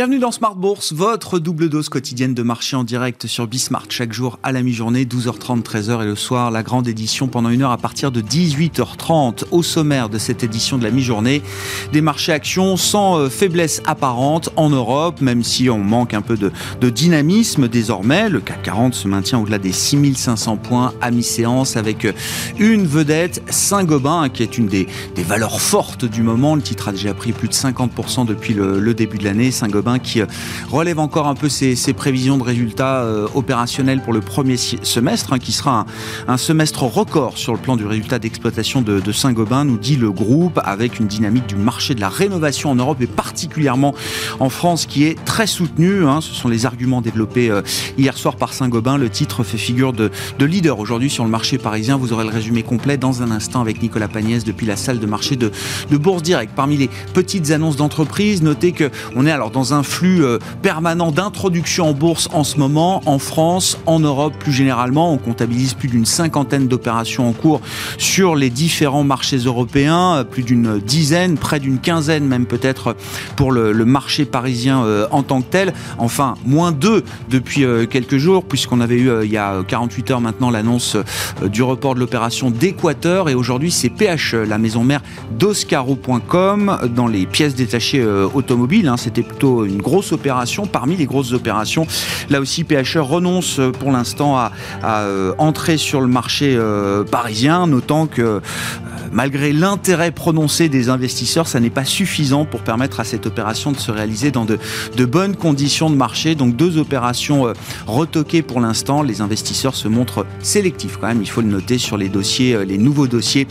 Bienvenue dans Smart Bourse, votre double dose quotidienne de marché en direct sur Bismart. Chaque jour à la mi-journée, 12h30, 13h et le soir, la grande édition pendant 1 heure à partir de 18h30. Au sommaire de cette édition de la mi-journée, des marchés actions sans faiblesse apparente en Europe, même si on manque un peu de dynamisme désormais. Le CAC 40 se maintient au-delà des 6500 points à mi-séance avec une vedette, Saint-Gobain, qui est une des valeurs fortes du moment. Le titre a déjà pris plus de 50% depuis le début de l'année. Saint-Gobain qui relève encore un peu ses prévisions de résultats opérationnels pour le premier semestre, qui sera un semestre record sur le plan du résultat d'exploitation de Saint-Gobain, nous dit le groupe, avec une dynamique du marché de la rénovation en Europe et particulièrement en France qui est très soutenue. Ce sont les arguments développés hier soir par Saint-Gobain. Le titre fait figure de leader aujourd'hui sur le marché parisien. Vous aurez le résumé complet dans un instant avec Nicolas Pagnès depuis la salle de marché de Bourse Direct. Parmi les petites annonces d'entreprise, notez qu'on est alors dans un flux permanent d'introduction en bourse en ce moment, en France, en Europe plus généralement. On comptabilise plus d'une cinquantaine d'opérations en cours sur les différents marchés européens, plus d'une dizaine, près d'une quinzaine même peut-être pour le marché parisien en tant que tel. Enfin, moins 2 depuis quelques jours, puisqu'on avait eu il y a 48 heures maintenant l'annonce du report de l'opération d'Équateur, et aujourd'hui c'est PHE, la maison mère d'Oscaro.com, dans les pièces détachées automobiles. C'était plutôt une grosse opération, parmi les grosses opérations. Là aussi, PHE renonce pour l'instant à entrer sur le marché parisien, notant que malgré l'intérêt prononcé des investisseurs, ça n'est pas suffisant pour permettre à cette opération de se réaliser dans de bonnes conditions de marché. Donc 2 opérations retoquées pour l'instant. Les investisseurs se montrent sélectifs quand même, il faut le noter, sur les dossiers, les nouveaux dossiers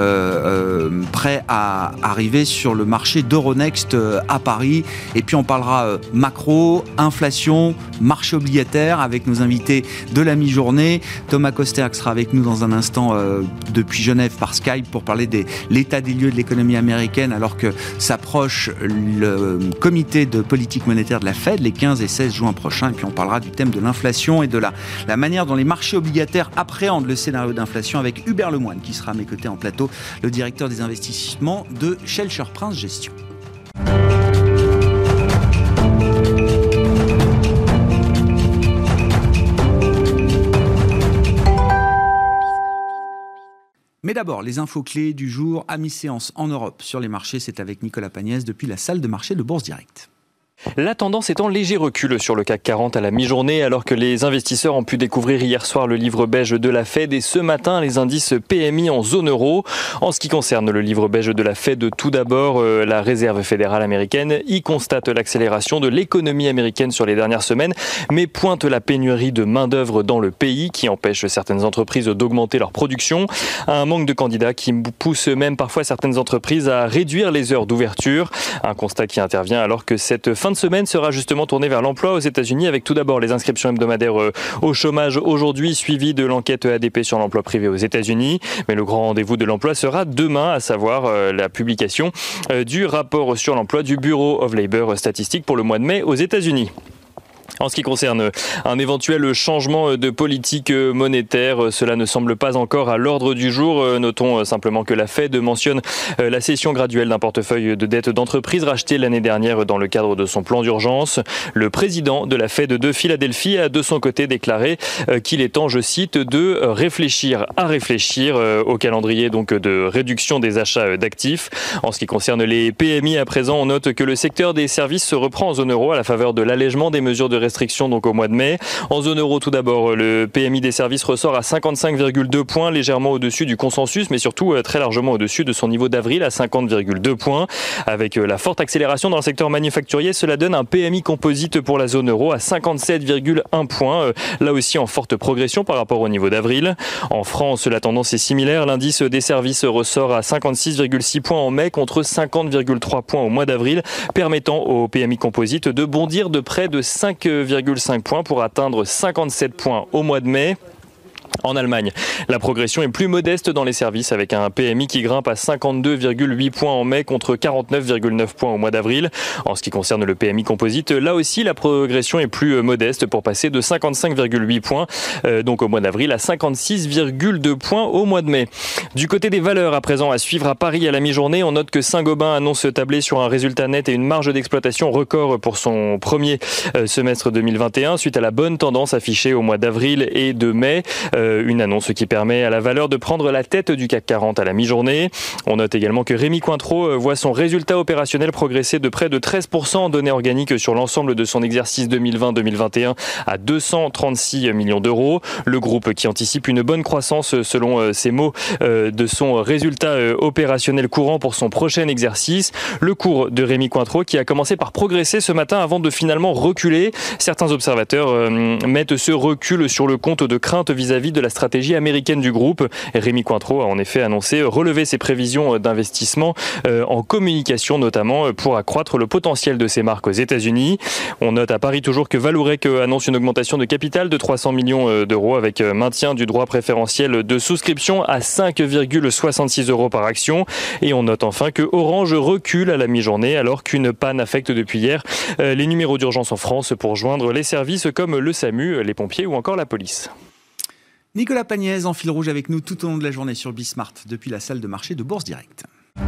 prêts à arriver sur le marché d'Euronext à Paris. Et puis on parlera macro, inflation, marché obligataire avec nos invités de la mi-journée. Thomas Kosterk sera avec nous dans un instant depuis Genève par Skype pour parler de l'état des lieux de l'économie américaine alors que s'approche le comité de politique monétaire de la Fed les 15 et 16 juin prochains. Et puis on parlera du thème de l'inflation et de la manière dont les marchés obligataires appréhendent le scénario d'inflation avec Hubert Lemoine qui sera à mes côtés en plateau, le directeur des investissements de Shelcher Prince Gestion. Mais d'abord, les infos clés du jour à mi-séance en Europe sur les marchés, c'est avec Nicolas Pagnès depuis la salle de marché de Bourse Direct. La tendance est en léger recul sur le CAC 40 à la mi-journée, alors que les investisseurs ont pu découvrir hier soir le livre beige de la Fed et ce matin les indices PMI en zone euro. En ce qui concerne le livre beige de la Fed, tout d'abord, la Réserve fédérale américaine y constate l'accélération de l'économie américaine sur les dernières semaines, mais pointe la pénurie de main-d'œuvre dans le pays qui empêche certaines entreprises d'augmenter leur production. Un manque de candidats qui pousse même parfois certaines entreprises à réduire les heures d'ouverture. Un constat qui intervient alors que cette fin de semaine sera justement tournée vers l'emploi aux États-Unis, avec tout d'abord les inscriptions hebdomadaires au chômage aujourd'hui, suivi de l'enquête ADP sur l'emploi privé aux États-Unis. Mais le grand rendez-vous de l'emploi sera demain, à savoir la publication du rapport sur l'emploi du Bureau of Labor Statistics pour le mois de mai aux États-Unis. En ce qui concerne un éventuel changement de politique monétaire, cela ne semble pas encore à l'ordre du jour. Notons simplement que la Fed mentionne la cession graduelle d'un portefeuille de dettes d'entreprise racheté l'année dernière dans le cadre de son plan d'urgence. Le président de la Fed de Philadelphie a de son côté déclaré qu'il est temps, je cite, de réfléchir au calendrier donc de réduction des achats d'actifs. En ce qui concerne les PMI à présent, on note que le secteur des services se reprend en zone euro à la faveur de l'allègement des mesures de restrictions donc au mois de mai. En zone euro, tout d'abord, le PMI des services ressort à 55,2 points, légèrement au-dessus du consensus, mais surtout très largement au-dessus de son niveau d'avril à 50,2 points. Avec la forte accélération dans le secteur manufacturier, cela donne un PMI composite pour la zone euro à 57,1 points, là aussi en forte progression par rapport au niveau d'avril. En France, la tendance est similaire. L'indice des services ressort à 56,6 points en mai contre 50,3 points au mois d'avril, permettant au PMI composite de bondir de près de 5,5 points pour atteindre 57 points au mois de mai. En Allemagne, la progression est plus modeste dans les services avec un PMI qui grimpe à 52,8 points en mai contre 49,9 points au mois d'avril. En ce qui concerne le PMI composite, là aussi la progression est plus modeste pour passer de 55,8 points donc au mois d'avril à 56,2 points au mois de mai. Du côté des valeurs à présent à suivre à Paris à la mi-journée, on note que Saint-Gobain annonce tabler sur un résultat net et une marge d'exploitation record pour son premier semestre 2021 suite à la bonne tendance affichée au mois d'avril et de mai. Une annonce qui permet à la valeur de prendre la tête du CAC 40 à la mi-journée. On note également que Rémy Cointreau voit son résultat opérationnel progresser de près de 13% en données organiques sur l'ensemble de son exercice 2020-2021 à 236 millions d'euros. Le groupe qui anticipe une bonne croissance selon ses mots de son résultat opérationnel courant pour son prochain exercice. Le cours de Rémy Cointreau qui a commencé par progresser ce matin avant de finalement reculer. Certains observateurs mettent ce recul sur le compte de crainte vis-à-vis de la stratégie américaine du groupe. Rémy Cointreau a en effet annoncé relever ses prévisions d'investissement en communication notamment pour accroître le potentiel de ses marques aux États-Unis. On note à Paris toujours que Vallourec annonce une augmentation de capital de 300 millions d'euros avec maintien du droit préférentiel de souscription à 5,66 € par action. Et on note enfin que Orange recule à la mi-journée alors qu'une panne affecte depuis hier les numéros d'urgence en France pour joindre les services comme le SAMU, les pompiers ou encore la police. Nicolas Pagnès en fil rouge avec nous tout au long de la journée sur Bismart depuis la salle de marché de Bourse Direct.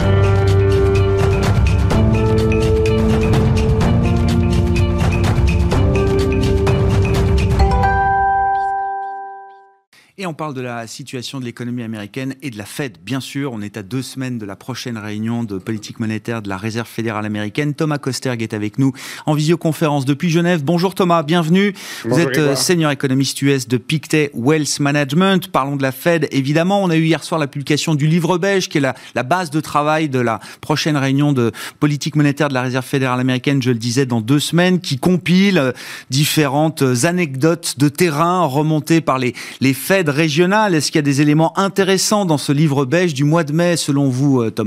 Et on parle de la situation de l'économie américaine et de la Fed, bien sûr. On est à 2 semaines de la prochaine réunion de politique monétaire de la Réserve fédérale américaine. Thomas Kosterg est avec nous en visioconférence depuis Genève. Bonjour Thomas, bienvenue. Bonjour, vous êtes senior économiste US de Pictet Wealth Management. Parlons de la Fed, évidemment. On a eu hier soir la publication du livre beige, qui est la base de travail de la prochaine réunion de politique monétaire de la Réserve fédérale américaine, je le disais, dans 2 semaines, qui compile différentes anecdotes de terrain remontées par les Fed régionales. Est-ce qu'il y a des éléments intéressants dans ce livre beige du mois de mai, selon vous, Thomas ?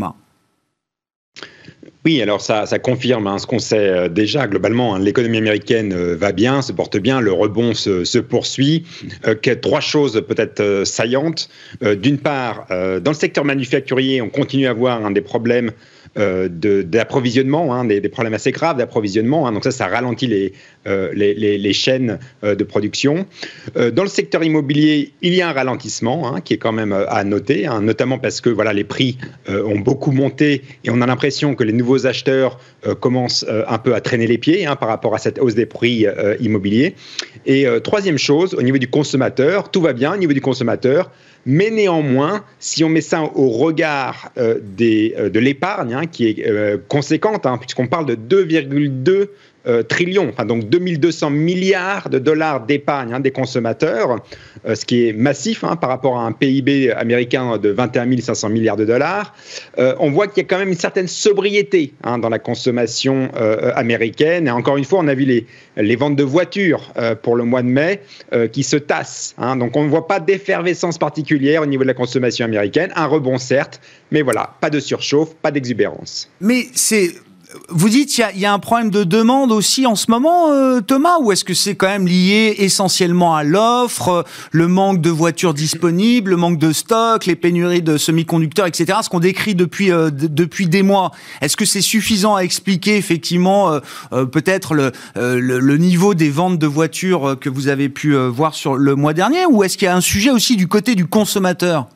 Oui, alors ça confirme ce qu'on sait déjà globalement. L'économie américaine va bien, se porte bien, le rebond se poursuit. 3 choses peut-être saillantes. D'une part, dans le secteur manufacturier, on continue à avoir des problèmes d'approvisionnement, des problèmes assez graves d'approvisionnement. Donc ça ralentit les chaînes de production. Dans le secteur immobilier, il y a un ralentissement qui est quand même à noter, notamment parce que les prix ont beaucoup monté et on a l'impression que les nouveaux acheteurs commencent un peu à traîner les pieds par rapport à cette hausse des prix immobiliers. Et troisième chose, au niveau du consommateur, tout va bien au niveau du consommateur. Mais néanmoins, si on met ça au regard de l'épargne, qui est conséquente, puisqu'on parle de 2,2 trillions, donc 2200 milliards de dollars d'épargne des consommateurs, ce qui est massif par rapport à un PIB américain de 21 500 milliards de dollars. On voit qu'il y a quand même une certaine sobriété dans la consommation américaine. Et encore une fois, on a vu les ventes de voitures pour le mois de mai qui se tassent. Donc on ne voit pas d'effervescence particulière au niveau de la consommation américaine. Un rebond certes, mais pas de surchauffe, pas d'exubérance. Mais vous dites il y a un problème de demande aussi en ce moment, Thomas, ou est-ce que c'est quand même lié essentiellement à l'offre, le manque de voitures disponibles, le manque de stock, les pénuries de semi-conducteurs, etc., ce qu'on décrit depuis des mois? Est-ce que c'est suffisant à expliquer effectivement peut-être le niveau des ventes de voitures que vous avez pu voir sur le mois dernier, ou est-ce qu'il y a un sujet aussi du côté du consommateur?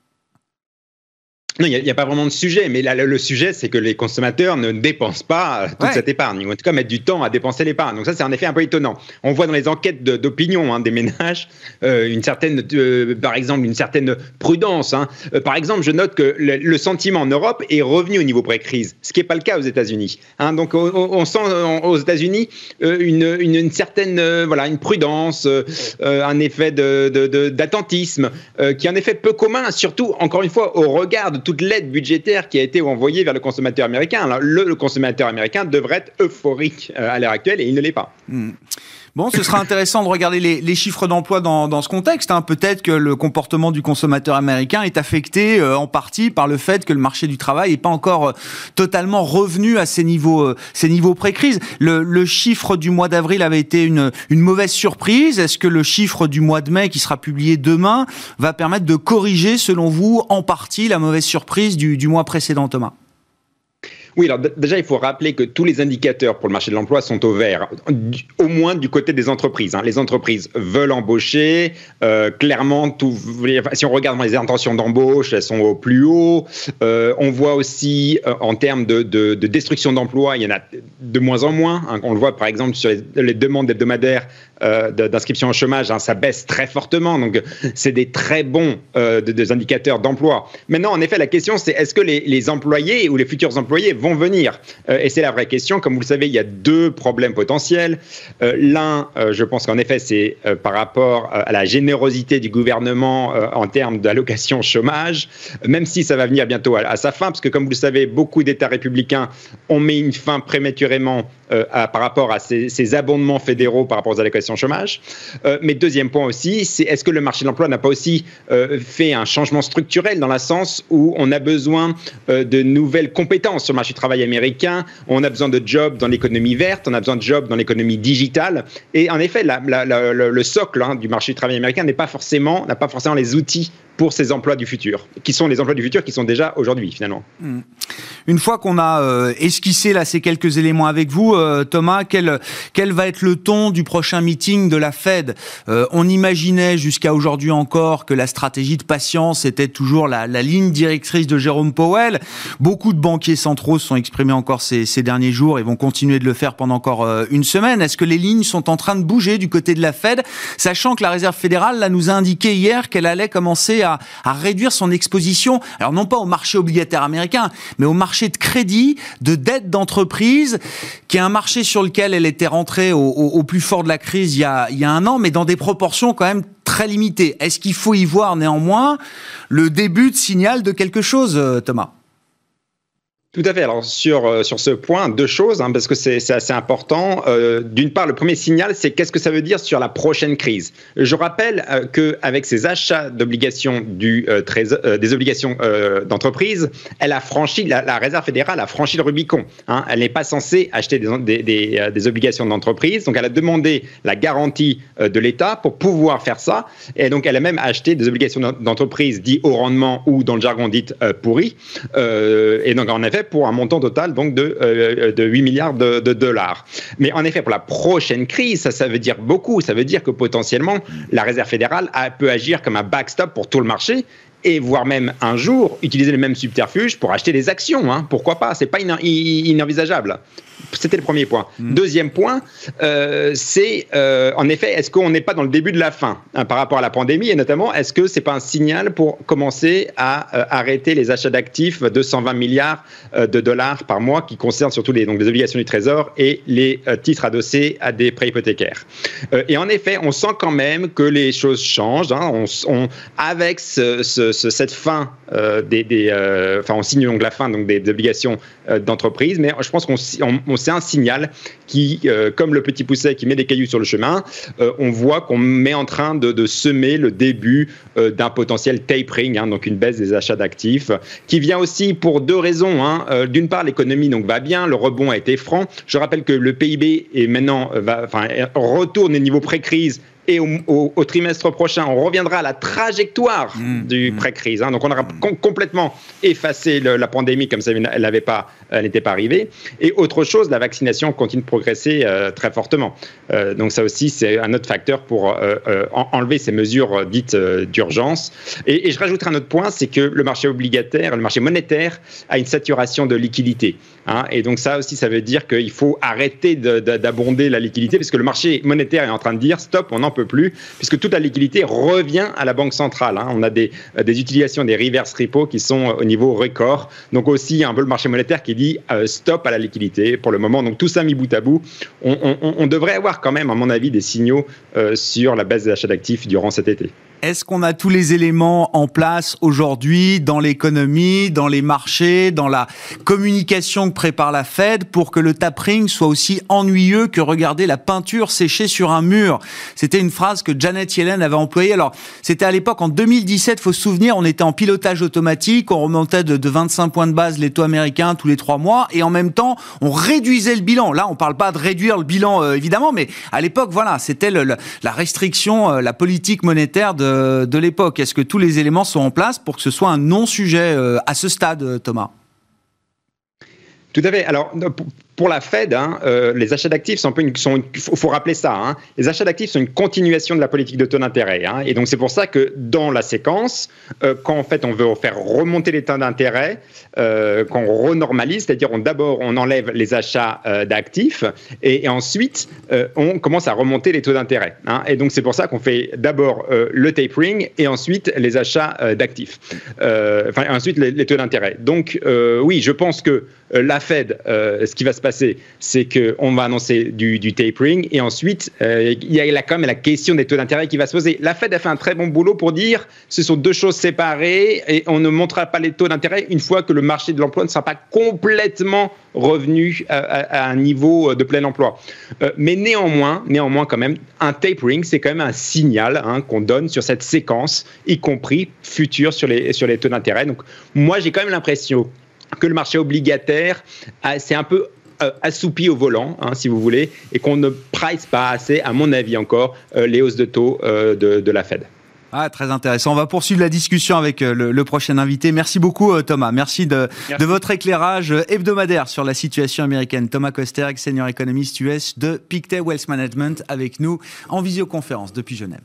Non, il n'y a pas vraiment de sujet, mais le sujet, c'est que les consommateurs ne dépensent pas toute cette épargne. Ils vont en tout cas mettre du temps à dépenser l'épargne. Donc ça, c'est un effet un peu étonnant. On voit dans les enquêtes d'opinion des ménages une certaine prudence. Par exemple, je note que le sentiment en Europe est revenu au niveau pré-crise, ce qui n'est pas le cas aux États-Unis. Donc on sent aux États-Unis une certaine une prudence, un effet d'attentisme qui est en effet peu commun, surtout, encore une fois, au regard de toute l'aide budgétaire qui a été envoyée vers le consommateur américain. Alors, le consommateur américain devrait être euphorique à l'heure actuelle et il ne l'est pas. Bon, ce sera intéressant de regarder les chiffres d'emploi dans ce contexte. Peut-être que le comportement du consommateur américain est affecté en partie par le fait que le marché du travail n'est pas encore totalement revenu à ses niveaux pré-crise. Le chiffre du mois d'avril avait été une mauvaise surprise. Est-ce que le chiffre du mois de mai, qui sera publié demain, va permettre de corriger, selon vous, en partie la mauvaise surprise du mois précédent, Thomas ? Oui, alors déjà, il faut rappeler que tous les indicateurs pour le marché de l'emploi sont au vert, au moins du côté des entreprises. Les entreprises veulent embaucher, clairement, si on regarde les intentions d'embauche, elles sont au plus haut. On voit aussi, en termes de destruction d'emplois, il y en a de moins en moins. On le voit par exemple sur les demandes hebdomadaires d'inscription au chômage, ça baisse très fortement. Donc, c'est des très bons des indicateurs d'emploi. Maintenant, en effet, la question, c'est est-ce que les employés ou les futurs employés vont venir et c'est la vraie question. Comme vous le savez, il y a deux problèmes potentiels. L'un, je pense qu'en effet, c'est par rapport à la générosité du gouvernement en termes d'allocation chômage, même si ça va venir bientôt à sa fin, parce que comme vous le savez, beaucoup d'États républicains ont mis une fin prématurément par rapport à ces abondements fédéraux par rapport aux allocations chômage. Mais deuxième point aussi, c'est est-ce que le marché de l'emploi n'a pas aussi fait un changement structurel dans le sens où on a besoin de nouvelles compétences sur le marché du travail américain, on a besoin de jobs dans l'économie verte, on a besoin de jobs dans l'économie digitale. Et en effet, le socle du marché du travail américain n'a pas forcément les outils pour ces emplois du futur, qui sont les emplois du futur qui sont déjà aujourd'hui, finalement. Une fois qu'on a esquissé là ces quelques éléments avec vous, Thomas, quel va être le ton du prochain meeting de la Fed ? On imaginait jusqu'à aujourd'hui encore que la stratégie de patience était toujours la ligne directrice de Jérôme Powell. Beaucoup de banquiers centraux se sont exprimés encore ces derniers jours et vont continuer de le faire pendant encore une semaine. Est-ce que les lignes sont en train de bouger du côté de la Fed, sachant que la Réserve fédérale là, nous a indiqué hier qu'elle allait commencer à réduire son exposition, alors non pas au marché obligataire américain, mais au marché de crédit, de dette d'entreprise, qui est un marché sur lequel elle était rentrée au plus fort de la crise il y a un an, mais dans des proportions quand même très limitées. Est-ce qu'il faut y voir néanmoins le début de signal de quelque chose, Thomas ? Tout à fait. Alors sur ce point, deux choses, parce que c'est assez important. D'une part, le premier signal, c'est qu'est-ce que ça veut dire sur la prochaine crise. Je rappelle qu'avec ces achats d'obligations des obligations d'entreprise, elle a franchi la Réserve fédérale a franchi le Rubicon. Elle n'est pas censée acheter des obligations d'entreprise, donc elle a demandé la garantie de l'État pour pouvoir faire ça. Et donc elle a même acheté des obligations d'entreprise dites haut rendement ou dans le jargon dites pourries. Et donc en effet, pour un montant total donc de 8 milliards de dollars. Mais en effet, pour la prochaine crise, ça veut dire beaucoup. Ça veut dire que potentiellement, la Réserve fédérale peut agir comme un backstop pour tout le marché et voire même un jour utiliser le même subterfuge pour acheter des actions. Pourquoi pas ? C'est pas inenvisageable. C'était le premier point. Deuxième point, c'est en effet, est-ce qu'on n'est pas dans le début de la fin par rapport à la pandémie, et notamment, est-ce que c'est pas un signal pour commencer à arrêter les achats d'actifs de 120 milliards de dollars par mois qui concernent surtout les obligations du Trésor et les titres adossés à des prêts hypothécaires. Et en effet, on sent quand même que les choses changent. Avec cette fin on signe donc la fin donc des obligations d'entreprise, mais je pense c'est un signal qui, comme le petit pousset qui met des cailloux sur le chemin, on voit qu'on est en train de semer le début d'un potentiel tapering, donc une baisse des achats d'actifs, qui vient aussi pour deux raisons. D'une part, l'économie donc va bien, le rebond a été franc. Je rappelle que le PIB est maintenant retourne au niveau pré-crise. Et au trimestre prochain, on reviendra à la trajectoire du pré-crise. Donc, on aura complètement effacé la pandémie comme ça, elle n'était pas arrivée. Et autre chose, la vaccination continue de progresser très fortement. Donc, ça aussi, c'est un autre facteur pour enlever ces mesures dites d'urgence. Et je rajouterai un autre point, c'est que le marché obligataire, le marché monétaire a une saturation de liquidité. Et donc, ça aussi, ça veut dire qu'il faut arrêter d'abonder la liquidité, parce que le marché monétaire est en train de dire stop, on n'en peut plus, puisque toute la liquidité revient à la banque centrale. On a des utilisations des reverse repos qui sont au niveau record. Donc aussi un peu le marché monétaire qui dit stop à la liquidité pour le moment. Donc tout ça mis bout à bout, on devrait avoir quand même, à mon avis, des signaux sur la baisse des achats d'actifs durant cet été. Est-ce qu'on a tous les éléments en place aujourd'hui dans l'économie, dans les marchés, dans la communication que prépare la Fed pour que le tapering soit aussi ennuyeux que regarder la peinture sécher sur un mur? C'était une phrase que Janet Yellen avait employée. Alors, c'était à l'époque, en 2017, faut se souvenir, on était en pilotage automatique, on remontait de 25 points de base les taux américains tous les 3 mois et en même temps, on réduisait le bilan. Là, on parle pas de réduire le bilan, évidemment, mais à l'époque, voilà, c'était la restriction, la politique monétaire de l'époque. Est-ce que tous les éléments sont en place pour que ce soit un non-sujet à ce stade, Thomas? Tout à fait. Alors, pour la Fed, les achats d'actifs sont un peu faut rappeler ça. Les achats d'actifs sont une continuation de la politique de taux d'intérêt. Et donc, c'est pour ça que dans la séquence, quand en fait on veut faire remonter les taux d'intérêt, quand on renormalise, c'est-à-dire d'abord on enlève les achats d'actifs et ensuite on commence à remonter les taux d'intérêt. Et donc, c'est pour ça qu'on fait d'abord le tapering et ensuite les achats d'actifs. Ensuite les taux d'intérêt. Donc, oui, je pense que la Fed, ce qui va se passer, c'est qu'on va annoncer du tapering et ensuite, il y a quand même la question des taux d'intérêt qui va se poser. La Fed a fait un très bon boulot pour dire ce sont deux choses séparées et on ne montrera pas les taux d'intérêt une fois que le marché de l'emploi ne sera pas complètement revenu à un niveau de plein emploi. Mais néanmoins, quand même, un tapering, c'est quand même un signal qu'on donne sur cette séquence, y compris future sur les taux d'intérêt. Donc, moi, j'ai quand même l'impression que le marché obligataire c'est un peu assoupi au volant, si vous voulez, et qu'on ne price pas assez, à mon avis encore, les hausses de taux de la Fed. Très intéressant. On va poursuivre la discussion avec le prochain invité. Merci beaucoup, Thomas. Merci de votre éclairage hebdomadaire sur la situation américaine. Thomas Koster, senior économiste US de Pictet Wealth Management, avec nous en visioconférence depuis Genève.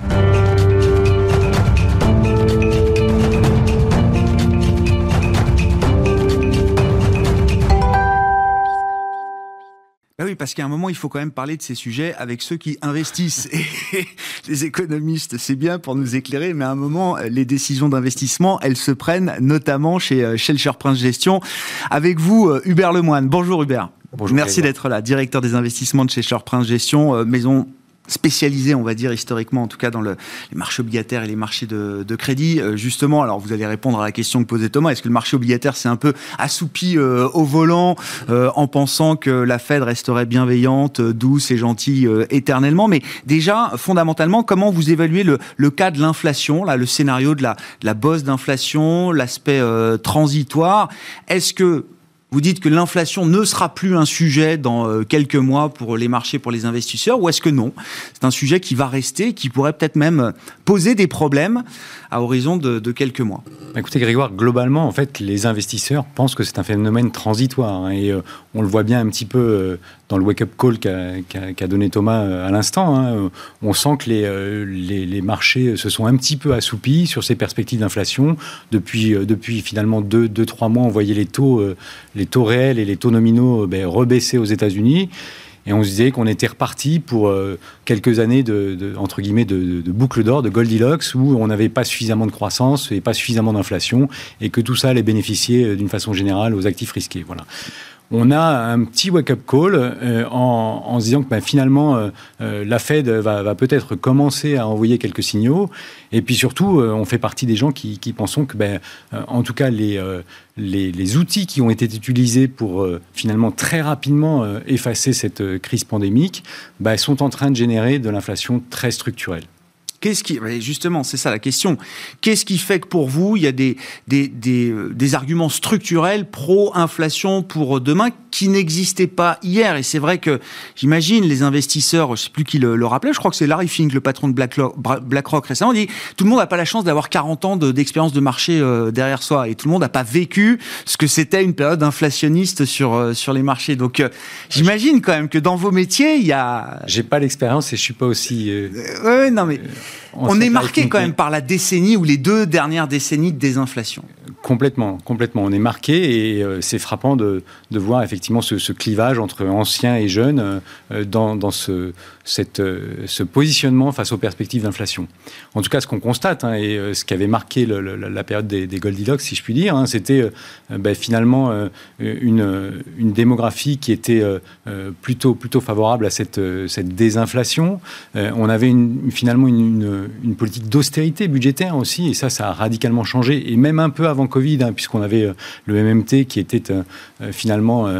Oui, parce qu'à un moment, il faut quand même parler de ces sujets avec ceux qui investissent. Et les économistes, c'est bien pour nous éclairer, mais à un moment, les décisions d'investissement, elles se prennent notamment chez Schelcher Prince Gestion. Avec vous, Hubert Lemoine. Bonjour Hubert. Bonjour. Merci d'être là, directeur des investissements de Schelcher Prince Gestion, maison spécialisé, on va dire, historiquement, en tout cas dans les marchés obligataires et les marchés de crédit. Justement, alors vous allez répondre à la question que posait Thomas, est-ce que le marché obligataire s'est un peu assoupi au volant en pensant que la Fed resterait bienveillante, douce et gentille éternellement? Mais déjà, fondamentalement, comment vous évaluez le cas de l'inflation, là, le scénario de la bosse d'inflation, l'aspect transitoire? Est-ce que vous dites que l'inflation ne sera plus un sujet dans quelques mois pour les marchés, pour les investisseurs, ou est-ce que non? C'est un sujet qui va rester, qui pourrait peut-être même poser des problèmes à horizon de quelques mois. Écoutez Grégoire, globalement, en fait, les investisseurs pensent que c'est un phénomène transitoire. Et on le voit bien un petit peu dans le wake-up call qu'a donné Thomas à l'instant. On sent que les marchés se sont un petit peu assoupis sur ces perspectives d'inflation. Depuis finalement 2-3 mois, on voyait les taux réels et les taux nominaux rebaisser aux États-Unis. Et on se disait qu'on était reparti pour quelques années entre guillemets de boucle d'or, de Goldilocks, où on n'avait pas suffisamment de croissance et pas suffisamment d'inflation, et que tout ça allait bénéficier d'une façon générale aux actifs risqués. Voilà. On a un petit wake-up call en se disant que finalement, la Fed va peut-être commencer à envoyer quelques signaux. Et puis surtout, on fait partie des gens qui pensons que, en tout cas, les outils qui ont été utilisés pour finalement très rapidement effacer cette crise pandémique sont en train de générer de l'inflation très structurelle. Justement, c'est ça la question. Qu'est-ce qui fait que pour vous, il y a des arguments structurels pro-inflation pour demain qui n'existaient pas hier? Et c'est vrai que, j'imagine, les investisseurs, je ne sais plus qui le rappelait, je crois que c'est Larry Fink, le patron de BlackRock récemment, dit tout le monde n'a pas la chance d'avoir 40 ans d'expérience de marché derrière soi. Et tout le monde n'a pas vécu ce que c'était une période inflationniste sur les marchés. Donc, j'imagine quand même que dans vos métiers, il y a... J'ai pas l'expérience et je suis pas aussi... non mais... On est marqué quand même par la décennie ou les 2 dernières décennies de désinflation. Complètement. On est marqué et c'est frappant de voir effectivement ce clivage entre anciens et jeunes dans ce positionnement face aux perspectives d'inflation. En tout cas, ce qu'on constate et ce qui avait marqué la période des Goldilocks, si je puis dire, c'était finalement une démographie qui était plutôt favorable à cette désinflation. On avait finalement une politique d'austérité budgétaire aussi, et ça a radicalement changé, et même un peu avant Covid, puisqu'on avait le MMT qui était finalement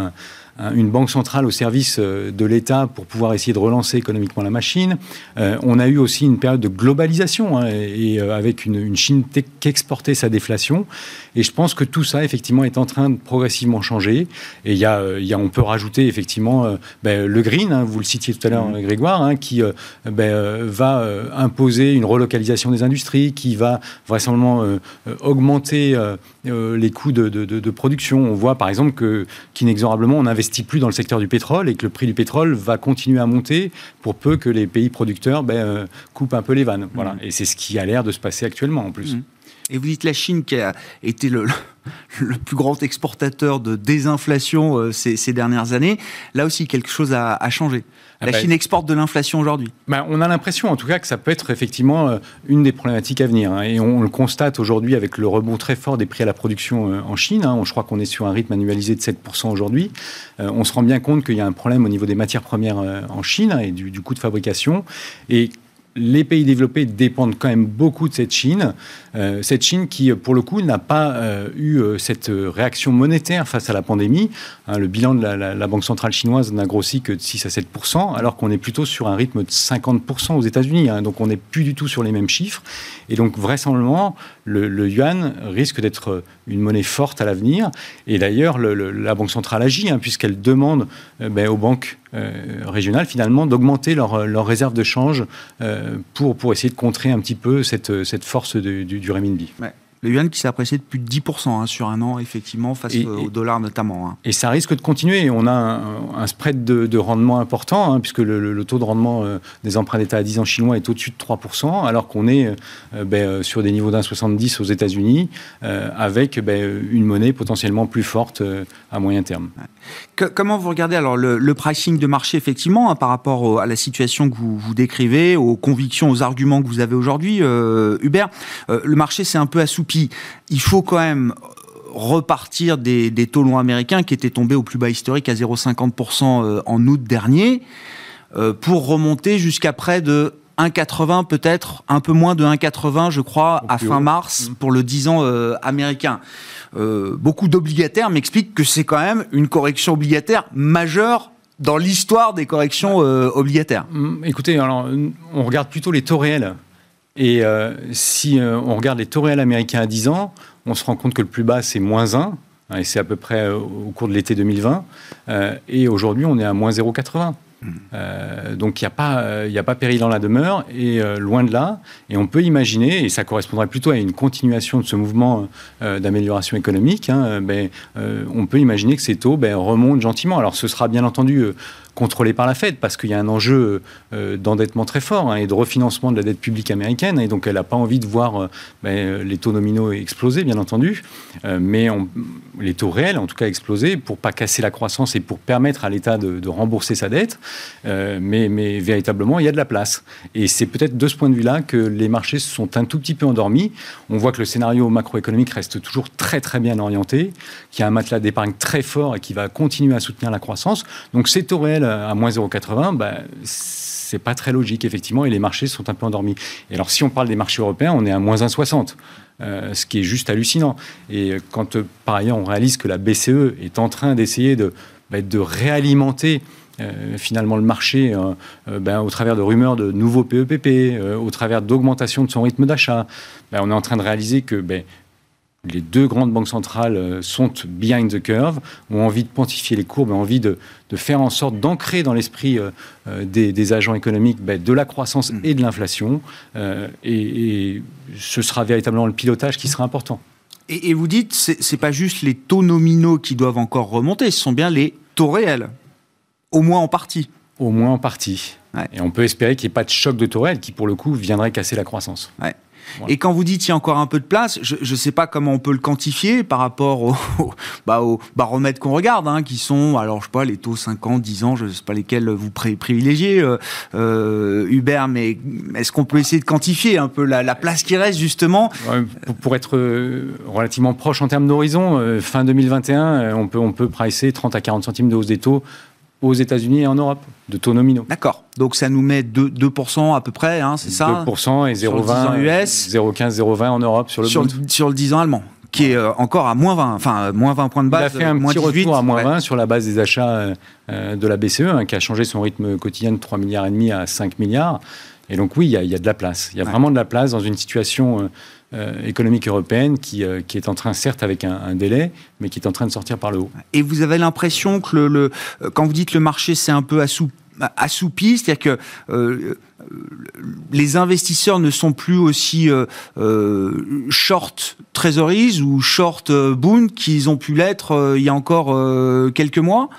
une banque centrale au service de l'État pour pouvoir essayer de relancer économiquement la machine. On a eu aussi une période de globalisation et avec une Chine qui exportait sa déflation. Et je pense que tout ça, effectivement, est en train de progressivement changer. Et on peut rajouter, effectivement, le green, vous le citiez tout à l'heure, Grégoire, qui va imposer une relocalisation des industries, qui va vraisemblablement augmenter les coûts de production. On voit, par exemple, qu'inexorablement, on investit plus dans le secteur du pétrole et que le prix du pétrole va continuer à monter pour peu que les pays producteurs coupent un peu les vannes. Voilà. Et c'est ce qui a l'air de se passer actuellement en plus. Et vous dites la Chine qui a été le plus grand exportateur de désinflation ces dernières années. Là aussi, quelque chose a changé. La Chine exporte de l'inflation aujourd'hui. On a l'impression, en tout cas, que ça peut être effectivement une des problématiques à venir. Et on le constate aujourd'hui avec le rebond très fort des prix à la production en Chine. Je crois qu'on est sur un rythme annualisé de 7% aujourd'hui. On se rend bien compte qu'il y a un problème au niveau des matières premières en Chine et du coût de fabrication. Et les pays développés dépendent quand même beaucoup de cette Chine qui, pour le coup, n'a pas eu cette réaction monétaire face à la pandémie. Le bilan de la Banque centrale chinoise n'a grossi que de 6 à 7%, alors qu'on est plutôt sur un rythme de 50% aux États-Unis. Donc, on n'est plus du tout sur les mêmes chiffres. Et donc, vraisemblablement, le yuan risque d'être une monnaie forte à l'avenir. Et d'ailleurs, la Banque centrale agit, puisqu'elle demande aux banques régionales, finalement, d'augmenter leurs réserves de change pour essayer de contrer un petit peu cette force du renminbi. Ouais. Le yuan qui s'est apprécié de plus de 10% sur un an, effectivement, face au dollar notamment. Et ça risque de continuer. On a un spread de rendement important, puisque le taux de rendement des emprunts d'État à 10 ans chinois est au-dessus de 3%, alors qu'on est sur des niveaux d'1,70 aux États-Unis, avec une monnaie potentiellement plus forte à moyen terme. Comment vous regardez alors le pricing de marché, effectivement, par rapport à la situation que vous décrivez, aux convictions, aux arguments que vous avez aujourd'hui, Hubert? Le marché s'est un peu assoupi. Il faut quand même repartir des taux longs américains qui étaient tombés au plus bas historique à 0,50% en août dernier pour remonter jusqu'à près de 1,80, peut-être un peu moins de 1,80, je crois, à fin mars pour le 10 ans américain. Beaucoup d'obligataires m'expliquent que c'est quand même une correction obligataire majeure dans l'histoire des corrections obligataires. Écoutez, alors, on regarde plutôt les taux réels. Et si on regarde les taux réels américains à 10 ans, on se rend compte que le plus bas, c'est moins 1, et c'est à peu près au cours de l'été 2020. Et aujourd'hui, on est à moins 0,80. Donc il n'y a pas péril dans la demeure, et loin de là. Et on peut imaginer, et ça correspondrait plutôt à une continuation de ce mouvement d'amélioration économique, on peut imaginer que ces taux remontent gentiment. Alors ce sera bien entendu contrôlé par la Fed, parce qu'il y a un enjeu d'endettement très fort et de refinancement de la dette publique américaine, et donc elle n'a pas envie de voir les taux nominaux exploser, bien entendu, mais les taux réels, en tout cas, exploser pour ne pas casser la croissance et pour permettre à l'État de rembourser sa dette, mais véritablement, il y a de la place. Et c'est peut-être de ce point de vue-là que les marchés se sont un tout petit peu endormis. On voit que le scénario macroéconomique reste toujours très très bien orienté, qu'il y a un matelas d'épargne très fort et qui va continuer à soutenir la croissance. Donc ces taux réels à moins 0,80, c'est pas très logique, effectivement, et les marchés sont un peu endormis. Et alors, si on parle des marchés européens, on est à moins 1,60, ce qui est juste hallucinant. Et quand, par ailleurs, on réalise que la BCE est en train d'essayer de réalimenter finalement le marché au travers de rumeurs de nouveaux PEPP, au travers d'augmentation de son rythme d'achat, on est en train de réaliser que les deux grandes banques centrales sont behind the curve, ont envie de pontifier les courbes, ont envie de faire en sorte d'ancrer dans l'esprit des agents économiques de la croissance et de l'inflation. Et ce sera véritablement le pilotage qui sera important. Et vous dites, c'est pas juste les taux nominaux qui doivent encore remonter, ce sont bien les taux réels, au moins en partie. Au moins en partie. Ouais. Et on peut espérer qu'il n'y ait pas de choc de taux réel qui, pour le coup, viendrait casser la croissance. Ouais. Voilà. Et quand vous dites qu'il y a encore un peu de place, je ne sais pas comment on peut le quantifier par rapport aux baromètres qu'on regarde, qui sont, alors je sais pas, les taux 5 ans, 10 ans, je ne sais pas lesquels vous privilégiez, Hubert, mais est-ce qu'on peut essayer de quantifier un peu la place qui reste justement? Pour être relativement proche en termes d'horizon, fin 2021, on peut pricer 30 à 40 centimes de hausse des taux aux États-Unis et en Europe, de taux nominaux. D'accord. Donc ça nous met 2% à peu près, c'est ça? 2% et 0,20 US, 0,15, 0,20 en Europe sur le 10 ans allemand, qui est encore à moins 20, enfin moins 20 points de base. Il a fait un petit retour à moins 20 sur la base des achats de la BCE, qui a changé son rythme quotidien de 3,5 milliards à 5 milliards. Et donc oui, il y a de la place. Il y a vraiment de la place dans une situation économique européenne qui est en train, certes avec un délai, mais qui est en train de sortir par le haut. Et vous avez l'impression que quand vous dites le marché s'est un peu assoupi, c'est-à-dire que les investisseurs ne sont plus aussi short treasuries ou short bond qu'ils ont pu l'être il y a encore quelques mois.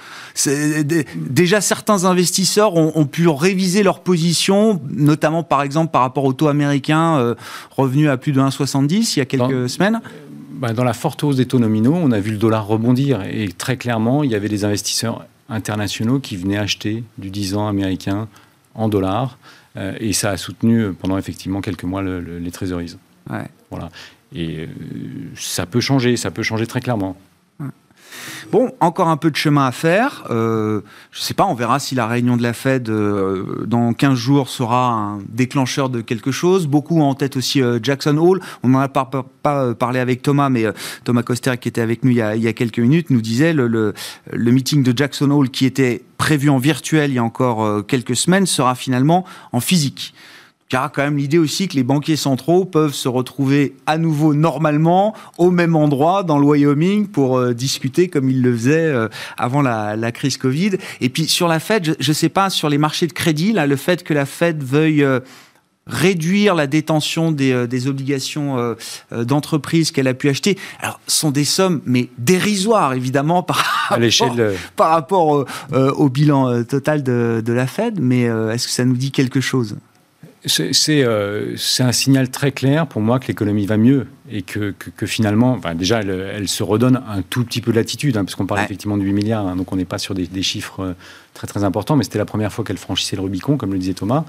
Déjà, certains investisseurs ont pu réviser leur position, notamment par exemple par rapport au taux américain revenu à plus de 1,70 il y a quelques semaines. Dans la forte hausse des taux nominaux, on a vu le dollar rebondir et très clairement, il y avait des investisseurs internationaux qui venaient acheter du 10 ans américain en dollars et ça a soutenu pendant effectivement quelques mois les treasuries. Ouais. Voilà. Et ça peut changer très clairement. Bon, encore un peu de chemin à faire. Je ne sais pas, on verra si la réunion de la Fed dans 15 jours sera un déclencheur de quelque chose. Beaucoup ont en tête aussi Jackson Hole. On n'en a pas parlé avec Thomas, mais Thomas Koster, qui était avec nous il y a quelques minutes, nous disait le meeting de Jackson Hole, qui était prévu en virtuel il y a encore quelques semaines, sera finalement en physique. Il y aura quand même l'idée aussi que les banquiers centraux peuvent se retrouver à nouveau normalement au même endroit dans le Wyoming pour discuter comme ils le faisaient avant la crise Covid. Et puis sur la Fed, je ne sais pas, sur les marchés de crédit, là, le fait que la Fed veuille réduire la détention des obligations d'entreprise qu'elle a pu acheter, alors sont des sommes mais dérisoires évidemment par rapport au bilan total de la Fed, mais est-ce que ça nous dit quelque chose ? C'est un signal très clair pour moi que l'économie va mieux et que finalement, déjà, elle se redonne un tout petit peu de latitude, parce qu'on parle effectivement de 8 milliards, donc on n'est pas sur des chiffres très très importants, mais c'était la première fois qu'elle franchissait le Rubicon, comme le disait Thomas.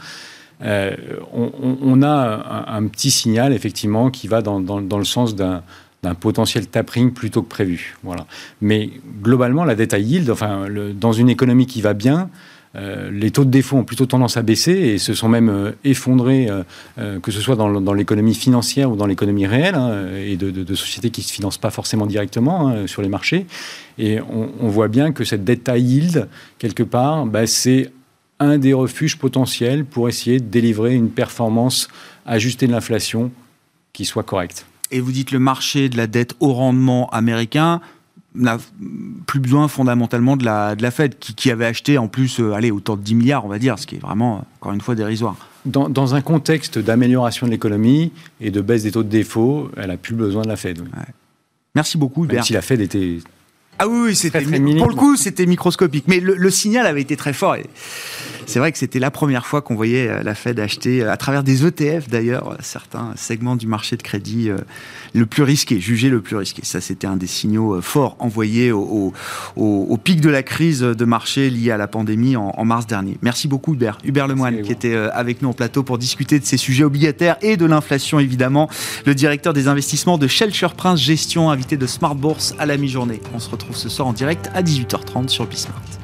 On a un petit signal, effectivement, qui va dans le sens d'un potentiel tapering plutôt que prévu. Voilà. Mais globalement, la dette à yield, dans une économie qui va bien, les taux de défaut ont plutôt tendance à baisser et se sont même effondrés, que ce soit dans l'économie financière ou dans l'économie réelle, et de sociétés qui ne se financent pas forcément directement sur les marchés. Et on voit bien que cette dette à yield, quelque part, c'est un des refuges potentiels pour essayer de délivrer une performance ajustée de l'inflation qui soit correcte. Et vous dites le marché de la dette au rendement américain n'a plus besoin fondamentalement de la Fed, qui avait acheté en plus autour de 10 milliards, on va dire, ce qui est vraiment, encore une fois, dérisoire. Dans un contexte d'amélioration de l'économie et de baisse des taux de défaut, elle n'a plus besoin de la Fed. Oui. Ouais. Merci beaucoup, Hubert. Même si la Fed était... Ah oui, c'était pour le coup, c'était microscopique. Mais le signal avait été très fort. Et c'est vrai que c'était la première fois qu'on voyait la Fed acheter, à travers des ETF d'ailleurs, certains segments du marché de crédit le plus risqué, jugé le plus risqué. Ça, c'était un des signaux forts envoyés au pic de la crise de marché liée à la pandémie en mars dernier. Merci beaucoup, Hubert. Hubert Lemoine, qui était avec nous en plateau pour discuter de ces sujets obligataires et de l'inflation, évidemment. Le directeur des investissements de Shelter Prince Gestion, invité de Smart Bourse à la mi-journée. On se retrouve ce soir en direct à 18h30 sur Bismart.